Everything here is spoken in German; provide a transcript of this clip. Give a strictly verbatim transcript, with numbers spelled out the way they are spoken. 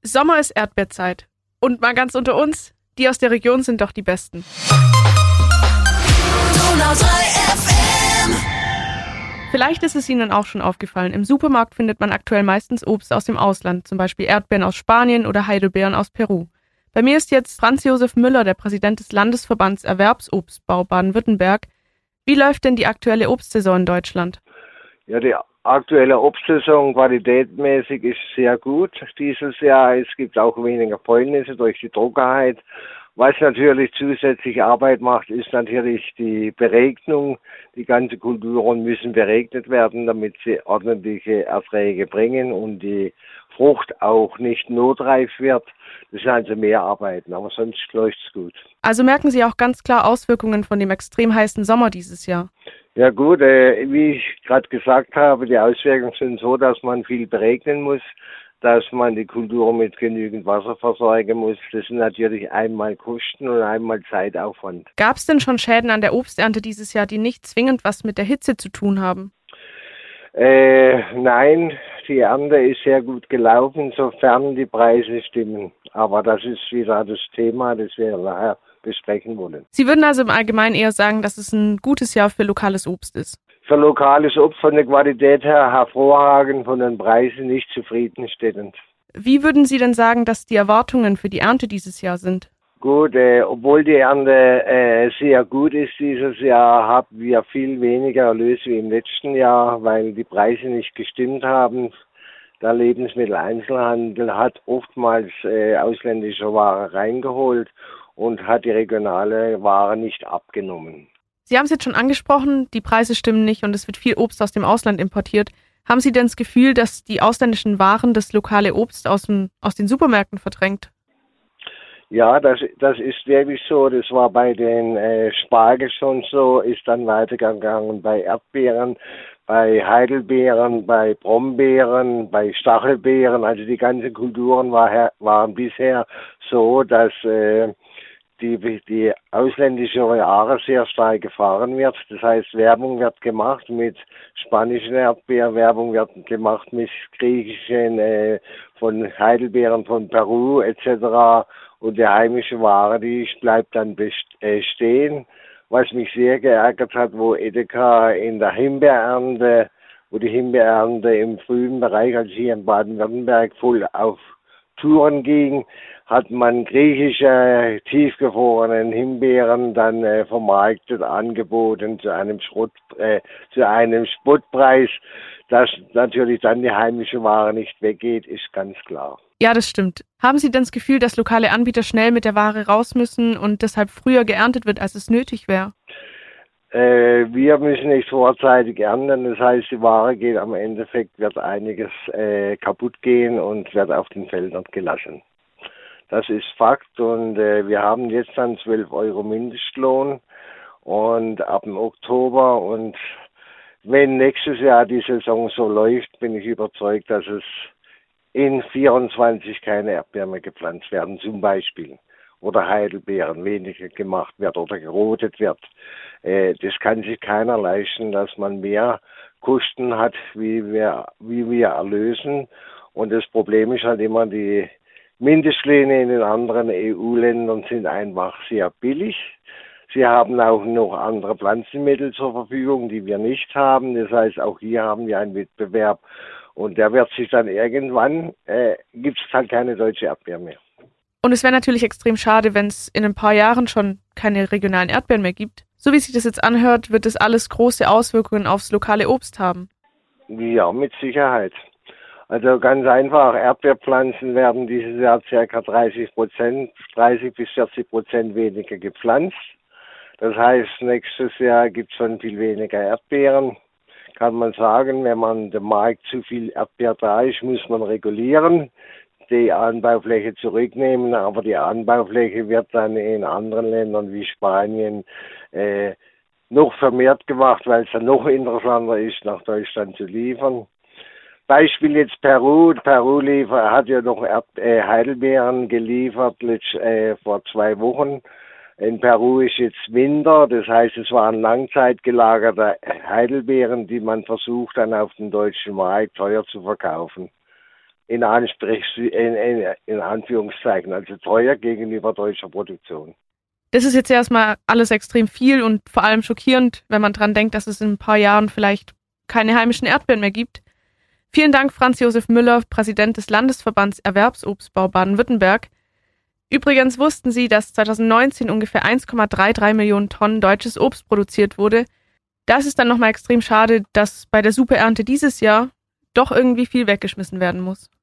Sommer ist Erdbeerzeit. Und mal ganz unter uns, die aus der Region sind doch die Besten. Vielleicht ist es Ihnen auch schon aufgefallen, im Supermarkt findet man aktuell meistens Obst aus dem Ausland, zum Beispiel Erdbeeren aus Spanien oder Heidelbeeren aus Peru. Bei mir ist jetzt Franz Josef Müller, der Präsident des Landesverbands Erwerbsobstbau Baden-Württemberg. Wie läuft denn die aktuelle Obstsaison in Deutschland? Ja, die aktuelle Obstsaison qualitätmäßig ist sehr gut dieses Jahr. Es gibt auch weniger Fäulnisse durch die Trockenheit. Was natürlich zusätzlich Arbeit macht, ist natürlich die Beregnung. Die ganzen Kulturen müssen beregnet werden, damit sie ordentliche Erträge bringen und die Frucht auch nicht notreif wird. Das sind also mehr Arbeiten, aber sonst läuft's gut. Also merken Sie auch ganz klar Auswirkungen von dem extrem heißen Sommer dieses Jahr? Ja gut, äh, wie ich gerade gesagt habe, die Auswirkungen sind so, dass man viel beregnen muss, dass man die Kultur mit genügend Wasser versorgen muss. Das sind natürlich einmal Kosten und einmal Zeitaufwand. Gab es denn schon Schäden an der Obsternte dieses Jahr, die nicht zwingend was mit der Hitze zu tun haben? Äh, nein, die Ernte ist sehr gut gelaufen, sofern die Preise stimmen. Aber das ist wieder das Thema, das wir nachher besprechen wollen. Sie würden also im Allgemeinen eher sagen, dass es ein gutes Jahr für lokales Obst ist? Für lokales Obst von der Qualität her hervorragend, von den Preisen nicht zufriedenstellend. Wie würden Sie denn sagen, dass die Erwartungen für die Ernte dieses Jahr sind? Gut, äh, obwohl die Ernte äh, sehr gut ist dieses Jahr, haben wir viel weniger Erlöse wie im letzten Jahr, weil die Preise nicht gestimmt haben. Der Lebensmitteleinzelhandel hat oftmals äh, ausländische Ware reingeholt und hat die regionale Ware nicht abgenommen. Sie haben es jetzt schon angesprochen, die Preise stimmen nicht und es wird viel Obst aus dem Ausland importiert. Haben Sie denn das Gefühl, dass die ausländischen Waren das lokale Obst aus, dem, aus den Supermärkten verdrängt? Ja, das, das ist wirklich so. Das war bei den äh, Spargel schon so, ist dann weitergegangen bei Erdbeeren, bei Heidelbeeren, bei Brombeeren, bei Stachelbeeren. Also die ganzen Kulturen war, waren bisher so, dass äh, die, die ausländische Ware sehr stark gefahren wird. Das heißt, Werbung wird gemacht mit spanischen Erdbeeren, Werbung wird gemacht mit griechischen, äh, von Heidelbeeren von Peru et cetera. Und die heimische Ware, die bleibt dann bestehen. Was mich sehr geärgert hat, wo Edeka in der Himbeerernte, wo die Himbeerernte im frühen Bereich, als hier in Baden-Württemberg voll auf Touren ging, hat man griechische tiefgefrorenen Himbeeren dann äh, vermarktet, angeboten zu einem Schrott, äh, zu einem Spottpreis. Dass natürlich dann die heimische Ware nicht weggeht, ist ganz klar. Ja, das stimmt. Haben Sie denn das Gefühl, dass lokale Anbieter schnell mit der Ware raus müssen und deshalb früher geerntet wird, als es nötig wäre? Äh, wir müssen nicht vorzeitig ernten, das heißt, die Ware geht am Endeffekt, wird einiges äh, kaputt gehen und wird auf den Feldern gelassen. Das ist Fakt und äh, wir haben jetzt dann zwölf Euro Mindestlohn und ab dem Oktober und wenn nächstes Jahr die Saison so läuft, bin ich überzeugt, dass es in vierundzwanzig keine Erdbeeren mehr gepflanzt werden, zum Beispiel. Oder Heidelbeeren weniger gemacht wird oder gerodet wird. Äh, das kann sich keiner leisten, dass man mehr Kosten hat, wie wir, wie wir erlösen. Und das Problem ist halt immer, die Mindestlöhne in den anderen E U-Ländern sind einfach sehr billig. Sie haben auch noch andere Pflanzenmittel zur Verfügung, die wir nicht haben. Das heißt, auch hier haben wir einen Wettbewerb. Und der wird sich dann irgendwann, äh, gibt es halt keine deutsche Erdbeer mehr. Und es wäre natürlich extrem schade, wenn es in ein paar Jahren schon keine regionalen Erdbeeren mehr gibt. So wie sich das jetzt anhört, wird das alles große Auswirkungen aufs lokale Obst haben. Ja, mit Sicherheit. Also ganz einfach, Erdbeerpflanzen werden dieses Jahr ca. dreißig Prozent, dreißig bis vierzig Prozent weniger gepflanzt. Das heißt, nächstes Jahr gibt es schon viel weniger Erdbeeren. Kann man sagen, wenn man dem Markt zu viel Erdbeer da ist, muss man regulieren, die Anbaufläche zurücknehmen, aber die Anbaufläche wird dann in anderen Ländern wie Spanien äh, noch vermehrt gemacht, weil es dann noch interessanter ist, nach Deutschland zu liefern. Beispiel jetzt Peru. Peru liefer, hat ja noch Erd, äh, Heidelbeeren geliefert letzt, äh, vor zwei Wochen. In Peru ist jetzt Winter, das heißt, es waren langzeitgelagerte Heidelbeeren, die man versucht dann auf dem deutschen Markt teuer zu verkaufen. In, Ansprech, in, in, in in Anführungszeichen, also teuer gegenüber deutscher Produktion. Das ist jetzt erstmal alles extrem viel und vor allem schockierend, wenn man dran denkt, dass es in ein paar Jahren vielleicht keine heimischen Erdbeeren mehr gibt. Vielen Dank, Franz Josef Müller, Präsident des Landesverbands Erwerbsobstbau Baden-Württemberg. Übrigens wussten Sie, dass zweitausendneunzehn ungefähr eins Komma dreiunddreißig Millionen Tonnen deutsches Obst produziert wurde. Da ist es dann nochmal extrem schade, dass bei der Superernte dieses Jahr doch irgendwie viel weggeschmissen werden muss.